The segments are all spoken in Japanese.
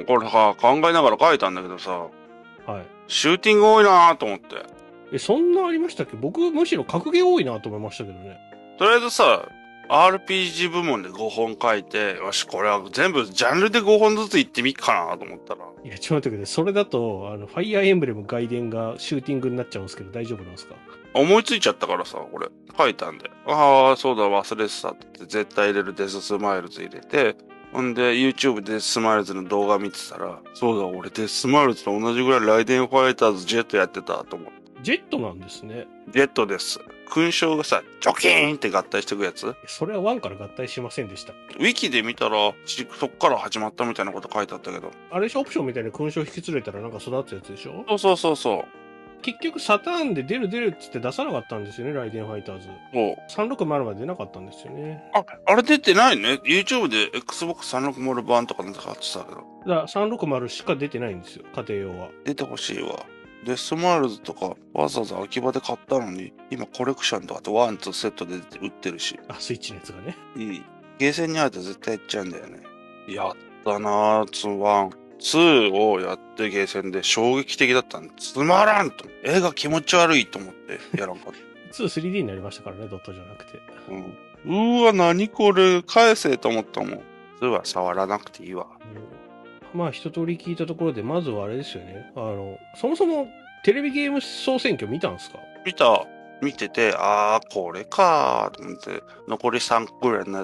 これ考えながら書いたんだけどさ、 はい。 シューティング多いなと思って。 そんなありましたっけ？僕、むしろ格ゲー多いなと思いましたけどね。 とりあえずさ、RPG 部門で5本書いて、よし、これは全部ジャンルで5本ずついってみっかなと思ったら。 いや、ちょっと待ってください。それだと、ファイアーエンブレム外伝がシューティングになっちゃうんですけど、大丈夫なんですか？ 思いついちゃったからさ、これ。書いたんで。ああ、そうだ、忘れてたって言って、絶対入れるデススマイルズ入れて、ほんで、YouTube でデススマイルズの動画見てたら、そうだ、俺デススマイルズと同じぐらいライデンファイターズジェットやってたと思って。 ジェットなんですね。 ジェットです。勲章がさ、チョキーンって合体してくやつ。 それは1から合体しませんでした。 ウィキで見たら、そっから始まったみたいなこと書いてあったけど。 あれでしょ、オプションみたいに勲章引き連れたらなんか育つやつでしょ？ そうそうそうそう。 結局サターンで出るっつって出さなかったんですよね、ライデンファイターズ。 そう。 360まで出なかったんですよね。 あれ出てないね。YouTube で Xbox 360版とかなんか買ってたけど。 だから360しか出てないんですよ、家庭用は。 出てほしいわ。デスマイルズとかわざわざ秋葉で買ったのに、今コレクションとかとワン、ツーセットで売ってるし。 スイッチのやつがね。 いい。ゲーセンにあると絶対やっちゃうんだよね。やったなぁ、1。2をやってゲーセンで衝撃的だったんで、つまらんと。絵が気持ち悪いと思ってやらんかった。 2、3D になりましたからね、ドットじゃなくて。 何これ、返せと思ったもん。2は触らなくていいわ。 まあ一通り聞いたところで、まずはあれですよね。そもそもテレビゲーム総選挙見たんですか？ 見てて、これかと思って、残り3個ぐらいになって、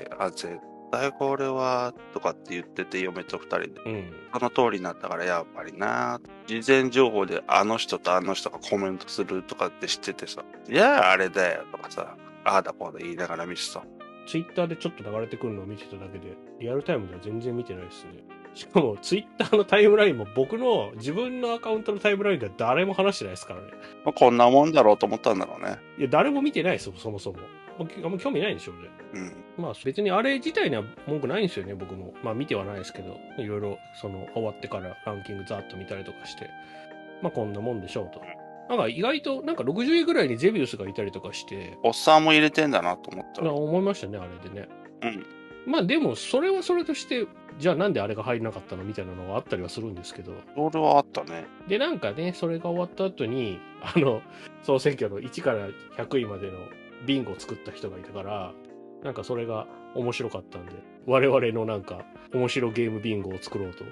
絶対これは、とかって言ってて、嫁と2人で。その通りになったから、やっぱりな。事前情報であの人とあの人がコメントするとかって知っててさ、いやあれだよとかさ、ああだこうだ言いながら見てた。 ツイッターでちょっと流れてくるのを見てただけで、リアルタイムでは全然見てないですね。しかもツイッターのタイムラインも僕の自分のアカウントのタイムラインでは誰も話してないですからね。 こんなもんだろうと思ったんだろうね。 いや、誰も見てないですよ、そもそも。あんま興味ないんでしょうね。まあ別にあれ自体には文句ないんですよね、僕も。まあ見てはないですけど、いろいろ終わってからランキングざっと見たりとかして、まあこんなもんでしょうと。なんか意外となんか60位ぐらいにゼビウスがいたりとかして。 おっさんも入れてんだなと思った。 思いましたね、あれでね。まあでもそれはそれとして、じゃあなんであれが入らなかったのみたいなのがあったりはするんですけど。 それはあったね。 で、なんかね、それが終わった後に、総選挙の1から100位までのビンゴを作った人がいたから、なんかそれが面白かったんで、我々のなんか面白ゲームビンゴを作ろうと。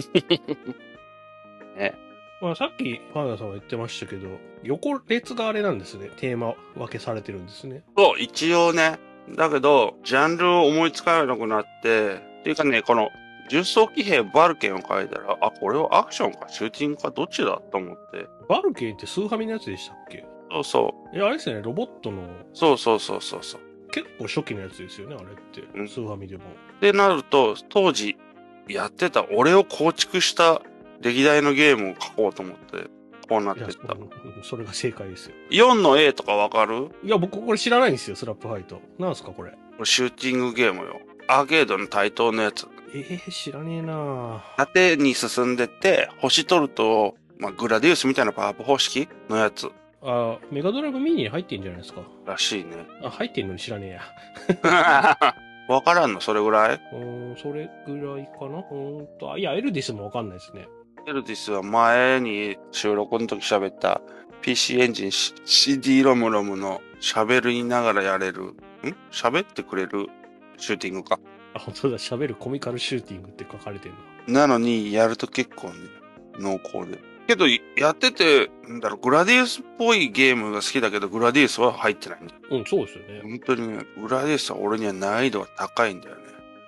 ね。 まあさっきパンダさんは言ってましたけど、横列があれなんですね。テーマ分けされてるんですね。 そう、一応ね。だけど、ジャンルを思いつかなくなって、っていうかね、この、重装騎兵バルケンを書いたら、これはアクションかシューティングかどっちだと思って。 バルケンってスーファミのやつでしたっけ？ そうそう。 あれですね、ロボットの。 そう。 結構初期のやつですよね、あれって。スーファミでも。 ってなると、当時やってた俺を構築した歴代のゲームを書こうと思って、こうなってった。 それが正解ですよ。 4の A とかわかる？ いや、僕これ知らないんですよ、スラップファイト。なんすか、これ。 これシューティングゲームよ。アーケードの対等のやつ。 知らねえな。 縦に進んでって、星取ると、グラディウスみたいなパワーアップ方式のやつ。 メガドライブミニに入ってんじゃないですか。 らしいね。 入ってんのに知らねえや。 わからんのそれぐらい？ それぐらいかな。いや、エルディスもわかんないですね。 エルディスは前に収録の時喋った PC エンジン CD ロムロムの喋りながらやれる、喋ってくれるシューティングか。 本当だ、喋るコミカルシューティングって書かれてるの。なのに、やると結構ね、濃厚で。けど、やってて、グラディウスっぽいゲームが好きだけど、グラディウスは入ってないんだよ。 そうですよね。 本当にね、グラディウスは俺には難易度が高いんだよね。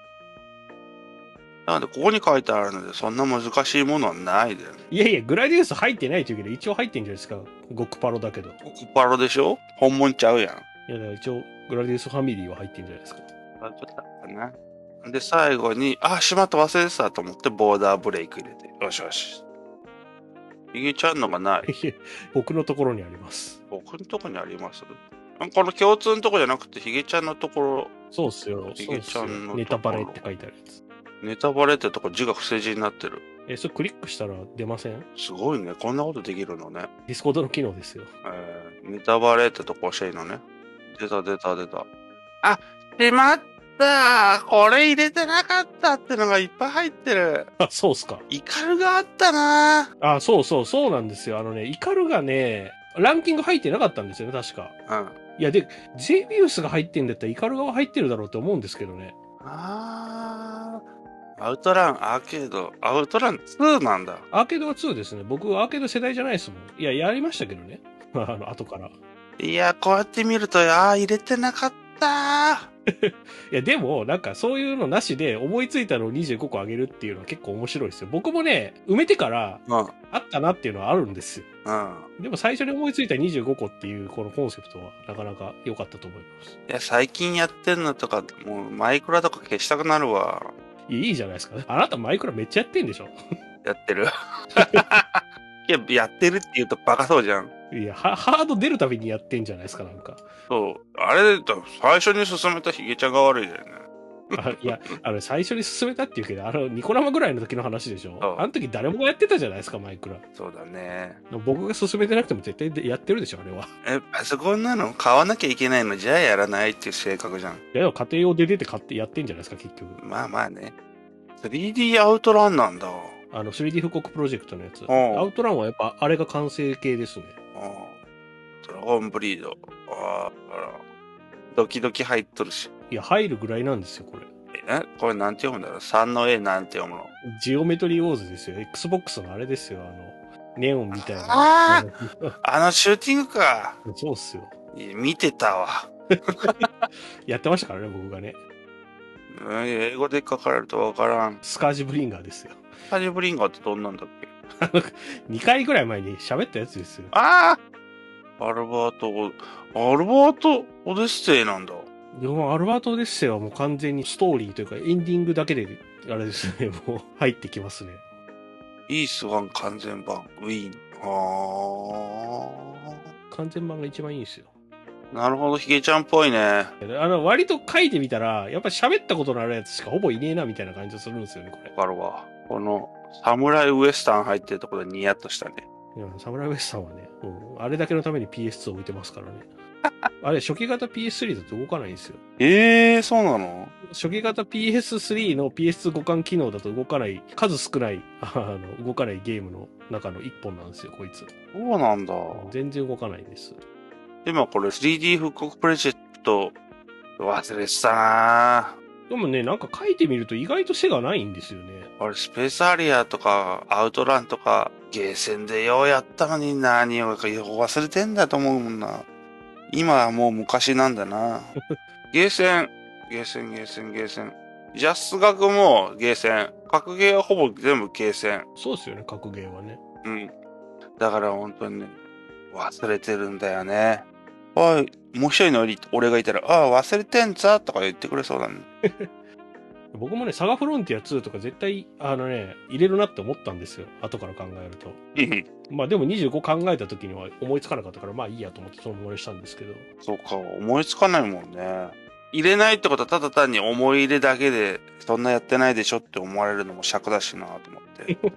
なので、ここに書いてあるので、そんな難しいものはないだよね。 いや、グラディウス入ってないというけど、一応入ってんじゃないですか。極パロだけど。 極パロでしょ？本物ちゃうやん。 いや、だから一応、グラディウスファミリーは入ってんじゃないですか。 そういうことだったな。で、最後に、しまった忘れてたと思って、ボーダーブレイク入れて、よしよし。ヒゲちゃんのがない。 僕のところにあります。 僕のところにあります？この共通のところじゃなくて、ヒゲちゃんのところ。 そうっすよ。 ヒゲちゃんのネタバレって書いてあるやつ。 ネタバレってとこ字が不正字になってる。 それクリックしたら出ません？ すごいね。こんなことできるのね。 ディスコードの機能ですよ。 ネタバレってとこ押していいのね。出た。しまった。これ入れてなかったってのがいっぱい入ってる。 あ、そうっすか。 イカルがあったな。 あ、そうなんですよ。イカルがね、ランキング入ってなかったんですよね、確か。 うん。 いや、で、ゼビウスが入ってんだったらイカルが入ってるだろうって思うんですけどね。 アウトラン、アーケード。アウトラン2なんだ。 アーケードは2ですね。僕、アーケード世代じゃないですもん。いや、やりましたけどね。後から。 いや、こうやって見ると、入れてなかった。 いや、でも、なんか、そういうのなしで、思いついたのを25個あげるっていうのは結構面白いですよ。僕もね、埋めてから、あったなっていうのはあるんですよ。でも、最初に思いついた25個っていう、このコンセプトは、なかなか良かったと思います。 いや、最近やってんのとか、もう、マイクラとか消したくなるわ。 いいじゃないですか。あなたマイクラめっちゃやってんでしょ？ やってる。いや、やってるって言うとバカそうじゃん。 いや、ハード出るたびにやってんじゃないですか、なんか。 そう。あれ、最初に進めたヒゲちゃんが悪いだよね。 いや、最初に進めたっていうけど、ニコ生ぐらいの時の話でしょ？あの時誰もがやってたじゃないですか、マイクラ。 そうだね。 僕が進めてなくても絶対やってるでしょ、あれは。 パソコンなの買わなきゃいけないのじゃあやらないっていう性格じゃん。 いや、家庭用で出て買ってやってんじゃないですか、結局。 まあまあね。3D アウトランなんだ。 3D 復刻プロジェクトのやつ。アウトランはやっぱあれが完成形ですね。 ドラゴンブリード。ドキドキ入っとるし。 いや、入るぐらいなんですよ、これ。 これなんて読むんだろう ?3 の A なんて読むの？ ジオメトリーウォーズですよ。Xbox のあれですよ、ネオンみたいな。 シューティングか。 そうっすよ。 見てたわ。 やってましたからね、僕がね。 英語で書かれるとわからん。 スカージブリンガーですよ。 スカージブリンガーってどんなんだっけ 2回ぐらい前に喋ったやつですよ。 アルバート・オデッセイなんだ。 でもアルバート・オデッセイはもう完全にストーリーというかエンディングだけで、あれですね、もう入ってきますね。 イース1完全版、ウィーン。 完全版が一番いいんですよ。 なるほど、ヒゲちゃんっぽいね。 割と書いてみたら、やっぱ喋ったことのあるやつしかほぼいねえなみたいな感じがするんですよね、これ。 わかるわ。この、サムライウエスタン入ってるところでニヤッとしたね。 いや、サムライウエスタンはね、あれだけのために PS2 置いてますからね。あれ、初期型 PS3 だと動かないんですよ。 そうなの？ 初期型 PS3 の PS2 互換機能だと動かない、数少ない、動かないゲームの中の一本なんですよ、こいつ。 そうなんだ。 全然動かないんです。 今これ 3D 復刻プロジェクト忘れてたな。 でもね、なんか書いてみると意外と背がないんですよね。 スペースアリアとかアウトランとかゲーセンでようやったのに何を忘れてんだと思うもんな。今はもう昔なんだな。ゲーセン。ジャス学もゲーセン。格ゲーはほぼ全部ゲーセン。 そうですよね、格ゲーはね。 だから本当にね、忘れてるんだよね。おい、もう一人の俺がいたら、忘れてんざとか言ってくれそうだね。 僕もね、サガフロンティア2とか絶対、入れるなって思ったんですよ。後から考えると。まあでも25考えた時には思いつかなかったから、まあいいやと思ってそのままにしたんですけど。 そうか、思いつかないもんね。入れないってことはただ単に思い入れだけで、そんなやってないでしょって思われるのも尺だしなと思って。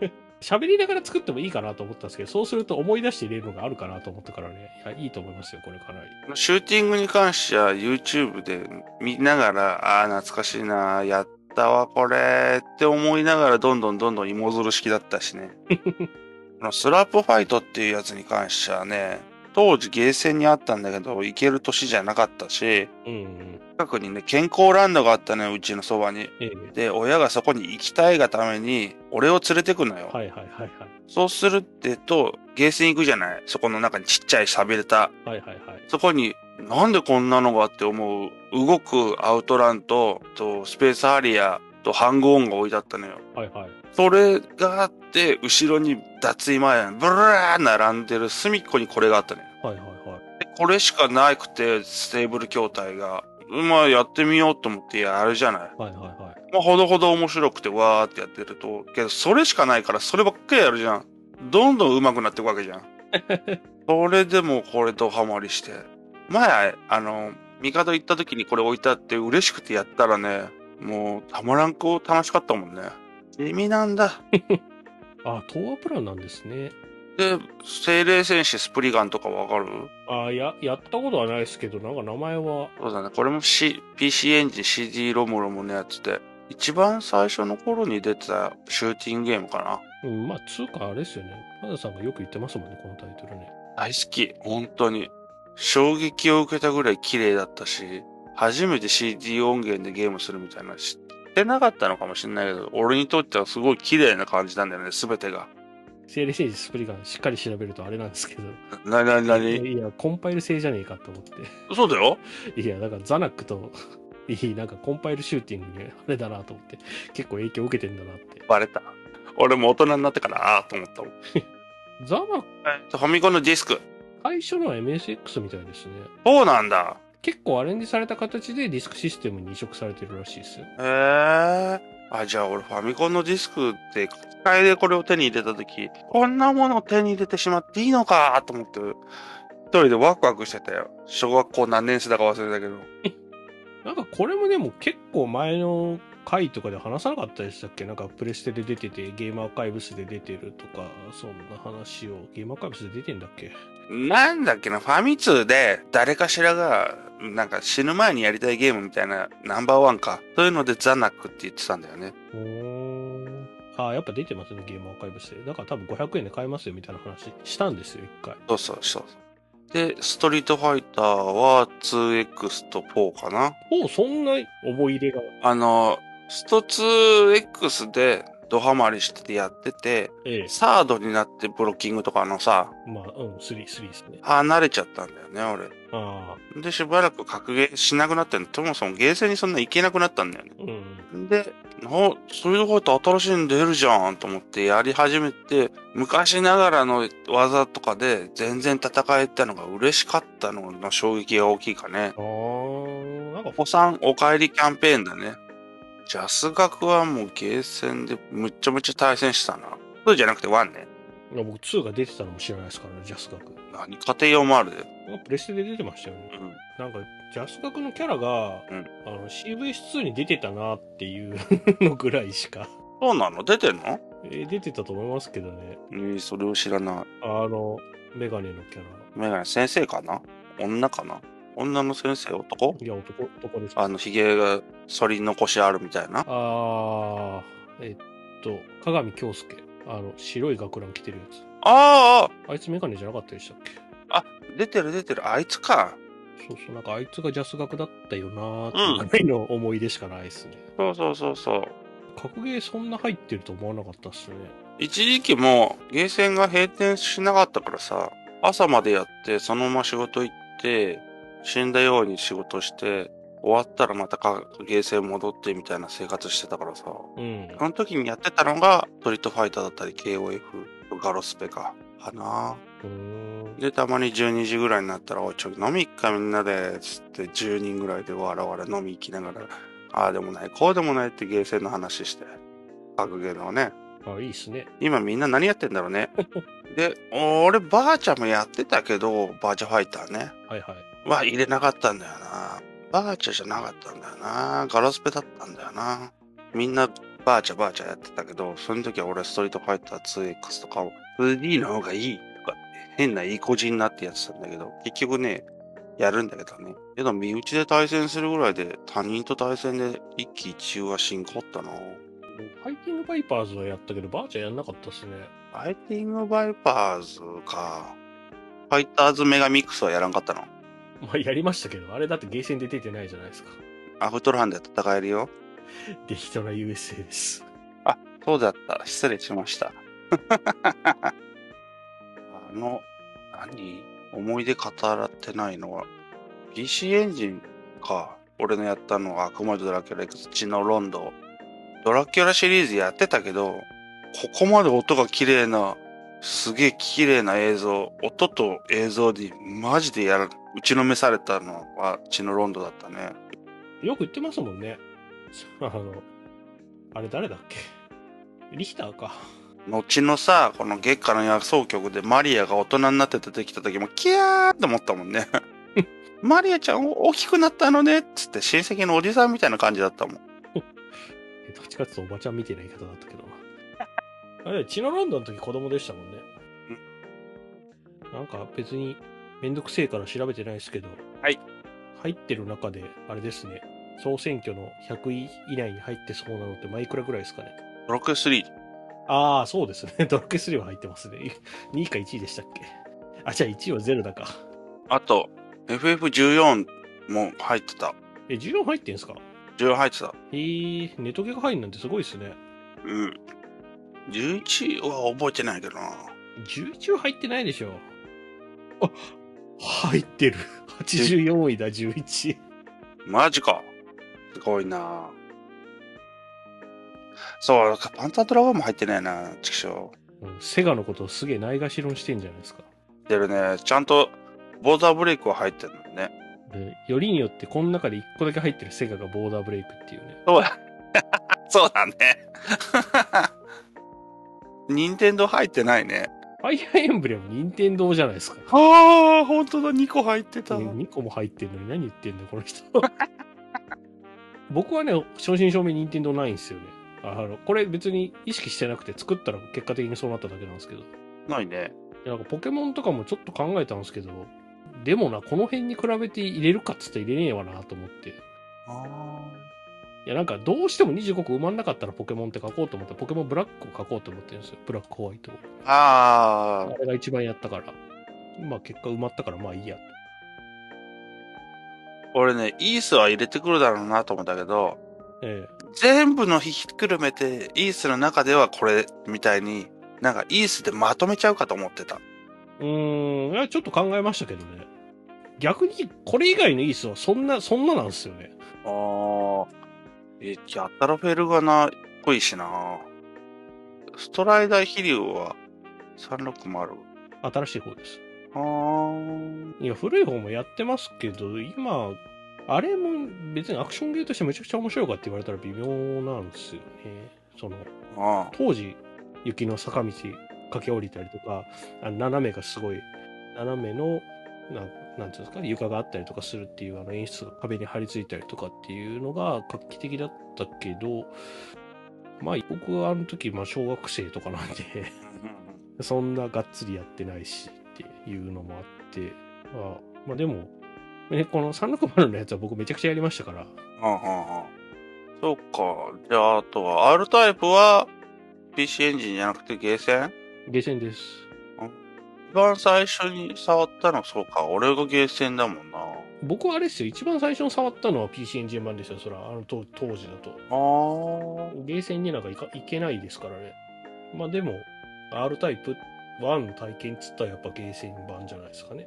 喋りながら作ってもいいかなと思ったんですけど、そうすると思い出して入れるのがあるかなと思ったからね。いいと思いますよ、これかなり。 シューティングに関しては YouTube で見ながら、懐かしいな、やったわ、これって思いながらどんどん芋づる式だったしね。スラップファイトっていうやつに関してはね、当時ゲーセンにあったんだけど、行ける年じゃなかったし、近くにね、健康ランドがあったね、うちのそばに。で、親がそこに行きたいがために、俺を連れてくのよ。そうするってと、ゲーセン行くじゃない。そこの中にちっちゃい喋れた。そこに、なんでこんなのがって思う、動くアウトランとスペースハリアとハングオンが置いてあったのよ。それがあって、後ろに脱衣前、ブラー並んでる隅っこにこれがあったのよ。でこれしかなくて、ステーブル筐体が。まあやってみようと思ってやるじゃない。まあほどほど面白くてわーってやってると、けどそれしかないからそればっかりやるじゃん。どんどん上手くなっていくわけじゃん。それでもこれドハマりして。前、ミカド行った時にこれ置いてあって嬉しくてやったらね、もうたまらん楽しかったもんね。地味なんだ。 東亜プランなんですね。 で、精霊戦士スプリガンとかわかる？ やったことはないですけど、なんか名前は。 そうだね。これも、PC エンジン CD ロムロムのやつで、一番最初の頃に出てたシューティングゲームかな。まあ、つうかあれですよね。パンダさんがよく言ってますもんね、このタイトルね。 大好き。本当に。衝撃を受けたぐらい綺麗だったし、初めて CD 音源でゲームするみたいな、知ってなかったのかもしれないけど、俺にとってはすごい綺麗な感じなんだよね、すべてが。 精霊政治スプリガンしっかり調べるとあれなんですけど。 いや、コンパイル制じゃねえかと思って。 そうだよ。 いや、だからザナックとなんかコンパイルシューティングにあれだなと思って、結構影響を受けてんだなって。 バレた。俺も大人になってからと思ったもん。 ザナック。ファミコンのディスク。 最初のは MSX みたいですね。 そうなんだ。 結構アレンジされた形でディスクシステムに移植されてるらしいですよ。 へえ。じゃあ俺ファミコンのディスクって機械でこれを手に入れたとき、こんなものを手に入れてしまっていいのかと思って、一人でワクワクしてたよ。小学校何年生だか忘れたけど。 なんかこれもでも結構前の回とかで話さなかったでしたっけ？なんかプレステで出てて、ゲームアーカイブスで出てるとか、そんな話を、ゲームアーカイブスで出てんだっけ？ なんだっけな、ファミ通で誰かしらが、なんか死ぬ前にやりたいゲームみたいなナンバーワンか。そういうのでザナックって言ってたんだよね。 やっぱ出てますね、ゲームアーカイブスで。だから多分500円で買えますよみたいな話したんですよ、一回。 そう。で、ストリートファイターは 2X と4かな。 そんな思い入れが。 スト 2X でドハマりしててやってて、サードになってブロッキングとかのさ、 3ですね。 離れちゃったんだよね、俺。で、しばらく格ゲーしなくなってんの。そもそもゲーセンにそんな行けなくなったんだよね。で、それでこうやって新しいの出るじゃんと思ってやり始めて、昔ながらの技とかで全然戦えたのが嬉しかったのの衝撃が大きいかね。なんかお子さんお帰りキャンペーンだね。ジャス学はもうゲーセンでむっちゃむちゃ対戦したな。2じゃなくて1ね。 いや、僕2が出てたのも知らないですからね、ジャス学。 何家庭用もあるで。 プレステで出てましたよね。なんか、ジャス学のキャラが、CVS2 に出てたなっていうのぐらいしか。 そうなの？出てんの？ 出てたと思いますけどね。 それを知らない。 メガネのキャラ。 メガネ先生かな？女かな？女の先生男？ いや、男です。 髭が反り残しあるみたいな。 鏡京介。白い学ラン着てるやつ。 あいつメガネじゃなかったでしたっけ？ 出てる。あいつか。 そう、なんかあいつがジャス学だったよなーっていうぐらいの思い出しかないですね。 そう。 格ゲーそんな入ってると思わなかったっすね。 一時期もゲーセンが閉店しなかったからさ、朝までやってそのまま仕事行って、死んだように仕事して、終わったらまたゲーセン戻ってみたいな生活してたからさ。その時にやってたのがストリートファイターだったり KOF、ガロスペかな。で、たまに12時ぐらいになったら、おい、飲み行っかみんなで、つって10人ぐらいでわらわら飲み行きながら、ああでもない、こうでもないってゲーセンの話して、格ゲーのね。 いいっすね。 今みんな何やってんだろうね。で、俺バーチャもやってたけど、バーチャファイターね。入れなかったんだよな。バーチャじゃなかったんだよな。ガラスペだったんだよな。みんなバーチャやってたけど、その時は俺ストリートファイター 2X とか 2D の方がいいとか変ないいこじになってやってたんだけど、結局ね、やるんだけどね。けど身内で対戦するぐらいで他人と対戦で一喜一憂はしんこったな。 ファイティングバイパーズはやったけど、バーチャやんなかったっすね。 ファイティングバイパーズか。ファイターズメガミックスはやらんかったの？ やりましたけど、あれだってゲーセンで出てないじゃないですか。 アフトランで戦えるよ。 デヒトラ USA です。 そうだった。失礼しました。思い出語らってないのは、PC エンジンか。俺のやったのは悪魔ドラキュラ X 血のロンド。ドラキュラシリーズやってたけど、ここまで音が綺麗な、すげえ綺麗な映像、音と映像でマジで打ちのめされたのは血のロンドだったね。 よく言ってますもんね。あれ誰だっけ？リヒターか。 後のさ、この月下の約束曲でマリアが大人になって出てきた時もキャーって思ったもんね。マリアちゃん大きくなったのねっつって親戚のおじさんみたいな感じだったもん。 どっちかっていうとおばちゃんみたいな言い方だったけどな。あれ、血のロンドンの時子供でしたもんね。 なんか別にめんどくせえから調べてないですけど、 はい。 入ってる中で、あれですね、総選挙の100位以内に入ってそうなのっていくらぐらいですかね。 ドラクエ3。 ああ、そうですね。ドラクエ3は入ってますね。2位か1位でしたっけ。あ、じゃあ1位はゼルだか。 あと、FF14 も入ってた。 14入ってんすか？ 14入ってた。 ネトゲが入るなんてすごいですね。 うん。11は覚えてないけどな。 11は入ってないでしょ。あ、入ってる。84位だ、11。 マジか。すごいな。そう、パンタードラゴンも入ってないな、畜生。 セガのことをすげえないがしろにしてんじゃないですか。 出るね。ちゃんと、ボーダーブレイクは入ってるのね。 よりによってこの中で1個だけ入ってるセガがボーダーブレイクっていうね。 そうだ。そうだね。任天堂入ってないね。 ファイアーエンブレム任天堂じゃないですか。 ああ、本当だ、2個入ってた。 2個も入ってんのに何言ってんだよ、この人。僕はね、正真正銘任天堂ないんですよね。これ別に意識してなくて作ったら結果的にそうなっただけなんですけど。 ないね。 なんかポケモンとかもちょっと考えたんですけど、でもな、この辺に比べて入れるかっつって入れねえわなと思って。いや、なんかどうしても25個埋まんなかったらポケモンって書こうと思って、ポケモンブラックを書こうと思ってるんですよ。ブラックホワイトを。あれが一番やったから。まあ結果埋まったからまあいいや。 俺ね、イースは入れてくるだろうなと思ったけど、全部のひっくるめて、イースの中ではこれみたいに、なんかイースでまとめちゃうかと思ってた。 いや、ちょっと考えましたけどね。逆に、これ以外のイースはそんななんですよね。 やったらフェルガナっぽいしな。ストライダー飛竜は360。 新しい方です。いや、古い方もやってますけど、今、あれも別にアクションゲーとしてめちゃくちゃ面白いかって言われたら微妙なんですよね。当時、雪の坂道駆け下りたりとか、斜めがすごい、斜めの、なんていうんですか、床があったりとかするっていう演出が壁に張り付いたりとかっていうのが画期的だったけど、まあ僕はあの時、小学生とかなんでそんながっつりやってないしっていうのもあって、まあでも、ね、この360のやつは僕めちゃくちゃやりましたから。 そうか。じゃあ、あとは、R タイプは PC エンジンじゃなくてゲーセン？ ゲーセンです。 一番最初に触ったのそうか。俺がゲーセンだもんな。 僕はあれですよ。一番最初に触ったのは PC エンジン版ですよ。そら、当時だと。ゲーセンになんか行けないですからね。まあでも、R タイプ1の体験っつったらやっぱゲーセン版じゃないですかね。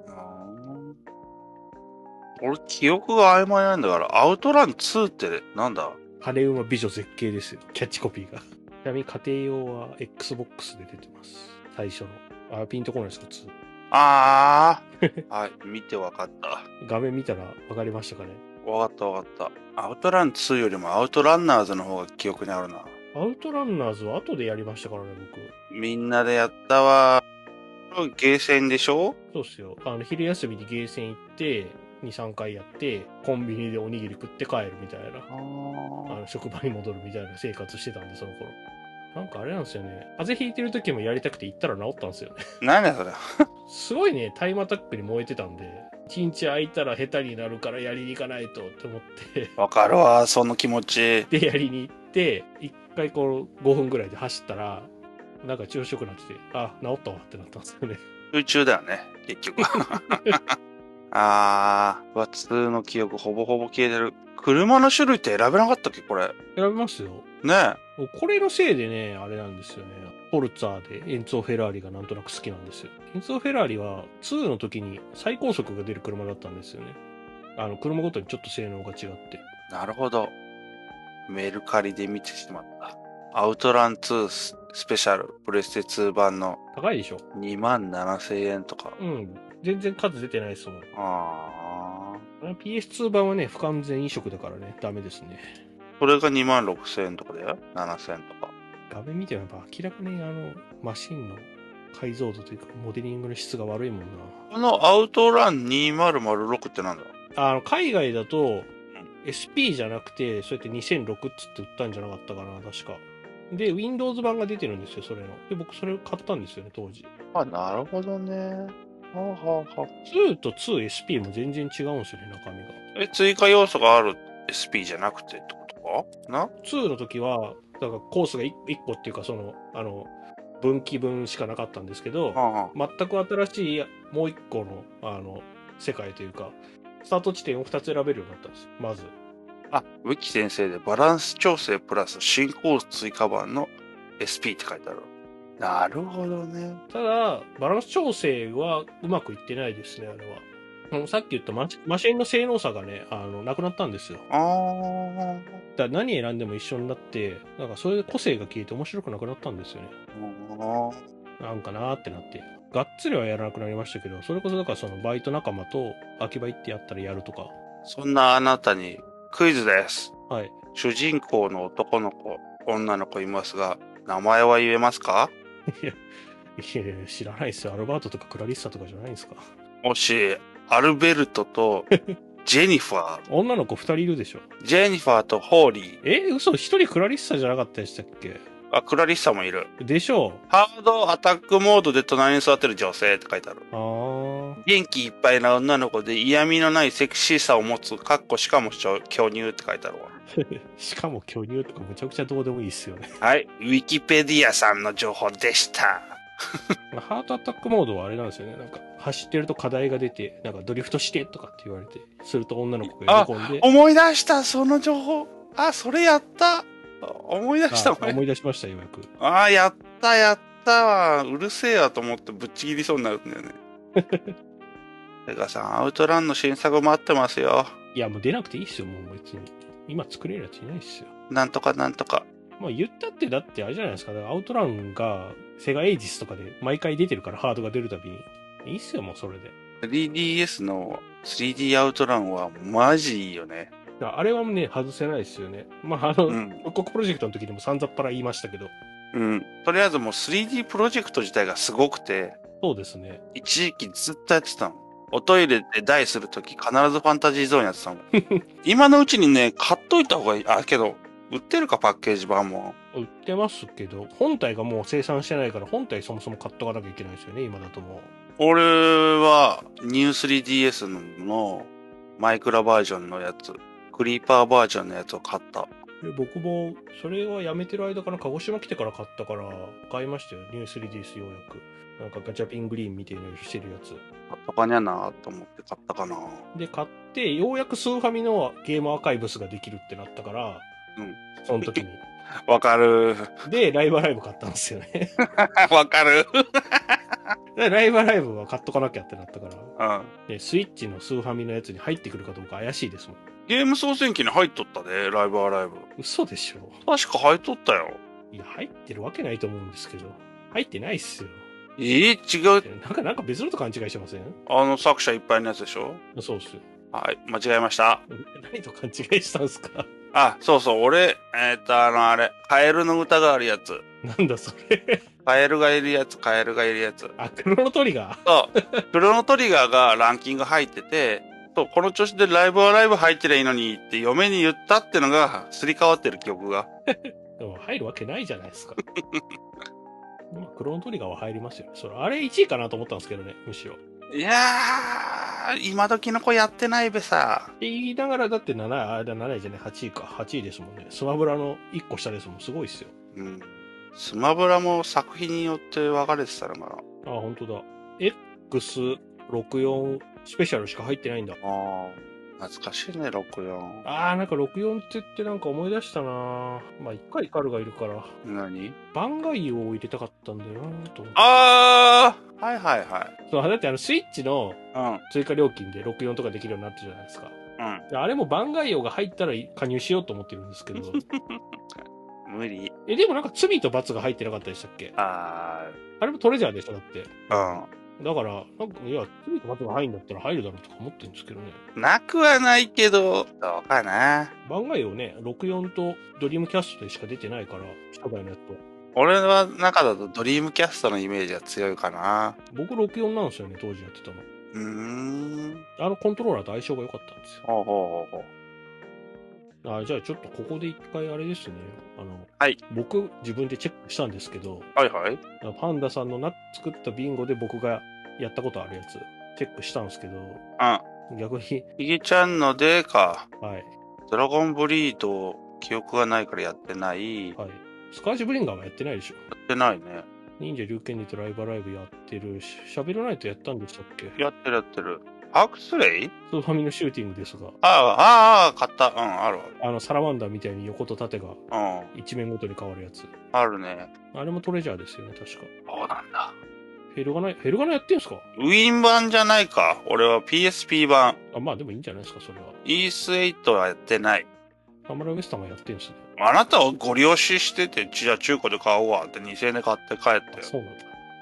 俺、記憶が曖昧なんだから、アウトラン2ってなんだ？ 晴れ馬美女絶景ですよ。キャッチコピーが。ちなみに家庭用は Xbox で出てます。最初の。ピンとこないですか、2。 はい、見てわかった。 画面見たらわかりましたかね。 わかった。アウトラン2よりもアウトランナーズの方が記憶にあるな。 アウトランナーズは後でやりましたからね、 僕。みんなでやったわ。ゲーセンでしょ？ そうっすよ。昼休みにゲーセン行って、2、3回やって、コンビニでおにぎり食って帰るみたいな。職場に戻るみたいな生活してたんで、その頃。なんかあれなんですよね。風邪ひいてる時もやりたくて行ったら治ったんですよね。 何だそれ。 すごいね、タイムアタックに燃えてたんで、1日空いたら下手になるからやりに行かないとって思って。 わかるわ、その気持ち。 で、やりに行って、1回こう5分ぐらいで走ったら、なんか調子よくなってて、治ったわってなったんですよね。 空中だよね、結局。2の記憶ほぼほぼ消えてる。車の種類って選べなかったっけこれ。 選べますよ。 ねえ。これのせいでね、あれなんですよね。フォルツァーでエンツォ・フェラーリがなんとなく好きなんですよ。エンツォ・フェラーリは2の時に最高速が出る車だったんですよね。車ごとにちょっと性能が違って。 なるほど。メルカリで見てしまった。アウトラン2スペシャル、プレステ2版の。 高いでしょ。 27,000円とか。 全然数出てないですもん。PS2 版はね、不完全移植だからね、ダメですね。 それが26,000円とかだよ。7,000円とか。 画面見てもやっぱ明らかにマシンの解像度というか、モデリングの質が悪いもんな。 このアウトラン2006ってなんだ？ 海外だと、SP じゃなくて、そうやって2006っつって売ったんじゃなかったかな、確か。で、Windows 版が出てるんですよ、それの。で、僕それを買ったんですよね、当時。 あ、なるほどね。はあはあはあ。 2と 2SP も全然違うんですよね、中身が。 追加要素がある SP じゃなくてってことかな？ 2 の時は、だからコースが1個っていうか、分岐分しかなかったんですけど、 はあは全く新しいもう1個の、世界というか、スタート地点を2つ選べるようになったんです、まず。 あ、ウィキ先生でバランス調整プラス新コース追加版の SP って書いてある。なるほどね。 ただ、バランス調整はうまくいってないですね、あれは。さっき言ったマシンの性能差がね、なくなったんですよ。 ああ。 だから何選んでも一緒になって、なんかそれで個性が消えて面白くなくなったんですよね。なんかなーってなって。がっつりはやらなくなりましたけど、それこそだからそのバイト仲間と秋葉行ってやったらやるとか。 そんなあなたにクイズです。 はい。 主人公の男の子、女の子いますが、名前は言えますか？ いや、知らないですよ。アルバートとかクラリッサとかじゃないんですか。 もし、アルベルトとジェニファー。 女の子2人いるでしょ。 ジェニファーとホーリー。 嘘、1人クラリッサじゃなかったでしたっけ？ あ、クラリッサもいる。 でしょう。 ハードアタックモードで隣に座ってる女性って書いてある。 あ元気いっぱいな女の子で嫌味のないセクシーさを持つ、しかも巨乳って書いてあるわ。 しかも巨乳とかむちゃくちゃどうでもいいっすよね。 はい。ウィキペディアさんの情報でした。 ハートアタックモードはあれなんですよね。なんか走ってると課題が出て、なんかドリフトしてとかって言われて、すると女の子が喜んで。 思い出した、その情報。あ、それやった。思い出した。 思い出しました、ようやく。 やったわ。うるせえわと思ってぶっちぎりそうになるんだよね。てかさん、アウトランの新作待ってますよ。 いや、もう出なくていいっすよ、もう別に。今作れるやついないっすよ。 なんとかなんとか。 まあ言ったってだってあれじゃないですか。だからアウトランがセガエイジスとかで毎回出てるからハードが出るたびに。いいっすよ、もうそれで。 3DS の 3D アウトランはマジいいよね。 あれはね、外せないですよね。まあ復刻プロジェクトの時にも散々っぱら言いましたけど。 うん。とりあえずもう 3D プロジェクト自体がすごくて。 そうですね。 一時期ずっとやってたの。おトイレで台するとき必ずファンタジーゾーンやってたもん。今のうちにね、買っといた方がいい。けど、売ってるかパッケージ版も。 売ってますけど、本体がもう生産してないから、本体そもそも買っとかなきゃいけないですよね、今だともう。 俺は、ニュー 3DS のマイクラバージョンのやつ、クリーパーバージョンのやつを買った。 僕も、それはやめてる間かな、鹿児島来てから買ったから、買いましたよ、ニュー 3DS ようやく。なんかガチャピングリーンみたいなのしてるやつ。 買ったかにゃなと思って買ったかな。 で、買って、ようやくスーファミのゲームアーカイブスができるってなったから、その時に。 わかる。 で、ライブアライブ買ったんですよね。 わかる。 ライブアライブは買っとかなきゃってなったから。 で、スイッチのスーファミのやつに入ってくるかどうか怪しいですもん。 ゲーム総選挙に入っとったで、ライブアライブ。 嘘でしょ。 確か入っとったよ。 いや、入ってるわけないと思うんですけど。入ってないっすよ。 違う。 なんか別のと勘違いしてません？ 作者いっぱいのやつでしょ？ そうっすよ。 はい、間違えました。 何と勘違いしたんすか？ そうそう、俺、あれ、カエルの歌があるやつ。 なんだそれ。 カエルがいるやつ。 クロノトリガー？ そう。クロノトリガーがランキング入ってて、この調子でライブアライブ入ってりゃいいのにって嫁に言ったってのが、すり替わってる記憶が。 でも入るわけないじゃないですか。クロノトリガーは入りますよ。あれ1位かなと思ったんですけどね、むしろ。 いやー、今時の子やってないべさ。 って言いながら、だって7位じゃない、8位か。8位ですもんね。スマブラの1個下ですもん。すごいっすよ。 うん。スマブラも作品によって分かれてたのかな。 本当だ。X64 スペシャルしか入ってないんだ。 懐かしいね、64。 なんか64って言ってなんか思い出したな。まあ、一回カルがいるから。 何？ 番外を入れたかったんだよなと思って。 はいはいはい。 そう、だってスイッチの追加料金で64とかできるようになってるじゃないですか。あれも番外用が入ったら加入しようと思ってるんですけど。 無理。 でもなんか罪と罰が入ってなかったでしたっけ？あれもトレジャーでしょ、だって。だから、なんか、いや、罪と罰が入るんだったら入るだろうとか思ってるんですけどね。 なくはないけど、どうかな。 番外用ね、64とドリームキャストでしか出てないから、初代のやつと。 俺は中だとドリームキャストのイメージが強いかな。 僕64なんですよね、当時やってたの。コントローラーと相性が良かったんですよ。 じゃあちょっとここで一回あれですね。 はい。 僕、自分でチェックしたんですけど、 はいはい。 パンダさんの作ったビンゴで僕がやったことあるやつ、チェックしたんですけど、逆に。 ひげちゃんのでか。 はい。 ドラゴンブリード、記憶がないからやってない。 はい。スカージブリンガーはやってないでしょ。 やってないね。 忍者龍剣にとライブライブやってるし、喋らないとやったんでしたっけ？ やってるやってる。アークスレイ？ スーファミのシューティングですが。 買った。あるある。サラマンダーみたいに横と縦が、一面ごとに変わるやつ。 あるね。 あれもトレジャーですよね、確か。 そうなんだ。 フェルガナやってんすか？ ウィン版じゃないか。俺は PSP 版。 まあでもいいんじゃないですか、それは。 イース8はやってない。 サムライウエスタンがやってんすね。 あなたをご利用ししてて、じゃあ中古で買おうわって2000円で買って帰って。 そうなんだ。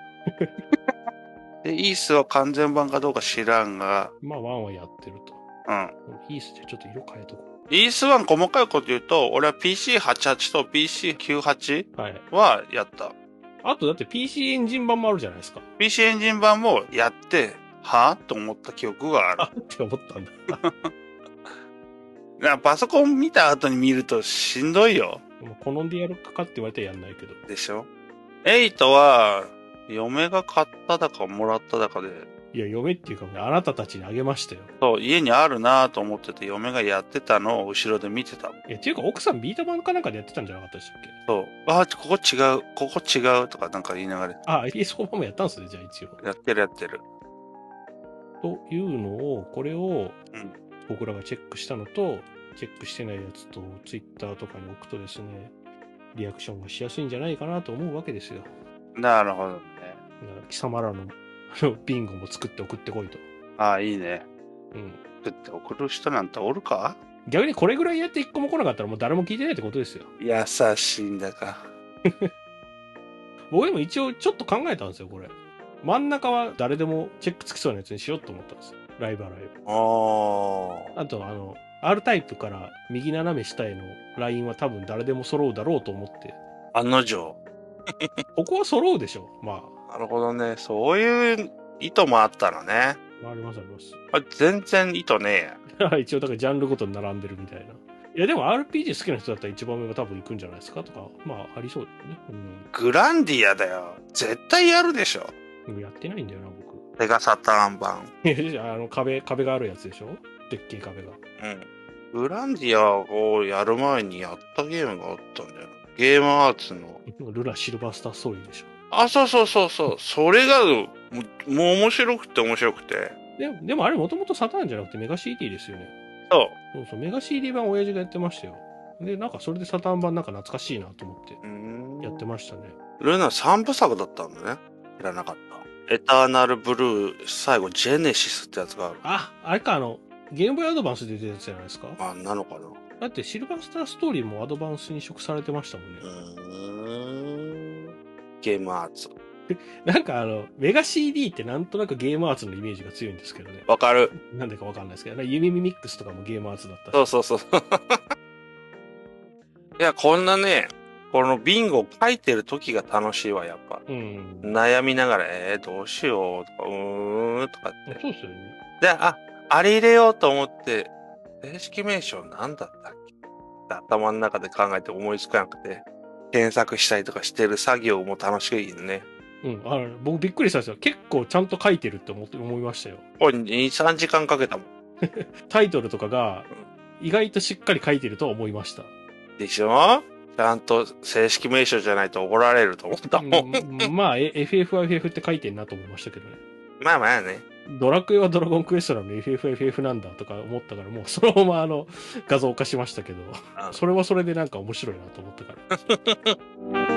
で、イースは完全版かどうか知らんが。 まあ、1はやってると。イースでちょっと色変えとこう。イース1細かいこと言うと、俺は PC88 と PC98 はやった。 あとだって PC エンジン版もあるじゃないですか。 PC エンジン版もやって、はぁと思った記憶がある。 って思ったんだ。パソコン見た後に見るとしんどいよ。 好んでやるかって言われたらやんないけど。 でしょ？ 8 は、嫁が買っただかもらっただかで。 いや、嫁っていうか、あなたたちにあげましたよ。 そう、家にあるなと思ってて、嫁がやってたのを後ろで見てた。 っていうか、奥さんビータ版かなんかでやってたんじゃなかったでしたっけ？ そう。ここ違う、ここ違うとかなんか言いながら。 PS4 版もやったんですね、じゃあ一応。 やってる。 というのを、これを、僕らがチェックしたのと、チェックしてないやつと、ツイッターとかに置くとですね、リアクションがしやすいんじゃないかなと思うわけですよ。 なるほどね。 貴様らのビンゴも作って送ってこいと。 いいね。作って送る人なんておるか？ 逆にこれぐらいやって一個も来なかったらもう誰も聞いてないってことですよ。 優しいんだか。 僕でも一応ちょっと考えたんですよ、これ。真ん中は誰でもチェックつきそうなやつにしようと思ったんですよ。ライブ。あとR タイプから右斜め下へのラインは多分誰でも揃うだろうと思って。 案の定。 ここは揃うでしょ、まあ。なるほどね。そういう意図もあったのね。 あります。 全然意図ねえや。一応だからジャンルごとに並んでるみたいな。いやでも RPG 好きな人だったら一番上が多分行くんじゃないですかとか、まあありそうですね。 グランディアだよ。絶対やるでしょ。 でもやってないんだよな、僕。 セガサターン版。 壁があるやつでしょ？でっけえ壁が。 グランディアをやる前にやったゲームがあったんだよ。ゲームアーツの。 ルナシルバースターストーリーでしょ。 そう。それが、もう面白くて。 でもあれもともとサターンじゃなくてメガ CD ですよね。そう、メガ CD 版親父がやってましたよ。で、なんかそれでサターン版なんか懐かしいなと思ってやってましたね。 ルナ3部作だったんだね。知らなかった。エターナルブルー、最後ジェネシスってやつがある。 あれかゲームボーイアドバンスで出たやつじゃないですか？ なのかな。 だってシルバースターストーリーもアドバンスに移植されてましたもんね。 ゲームアーツ。 なんかメガ CD ってなんとなくゲームアーツのイメージが強いんですけどね。 わかる。 なんでかわかんないですけど、ユミミミックスとかもゲームアーツだったし。そう。いや、こんなね、このビンゴを書いてる時が楽しいわ、やっぱ。悩みながら、どうしようとか、とかって。 そうっすよね。 で、あれ入れようと思って、正式名称なんだったっけ？頭の中で考えて思いつかなくて、検索したりとかしてる作業も楽しいね。 僕びっくりしたんですよ。結構ちゃんと書いてるって思いましたよ。 これ2、3時間かけたもん。 タイトルとかが意外としっかり書いてると思いました。 でしょ？ちゃんと正式名称じゃないと怒られると思ったもん。 まあ、FF は FF って書いてんなと思いましたけどね。 まあね。 ドラクエはドラゴンクエストなのに FF は FF なんだとか思ったから、もうそのまま画像化しましたけど、それはそれでなんか面白いなと思ったから。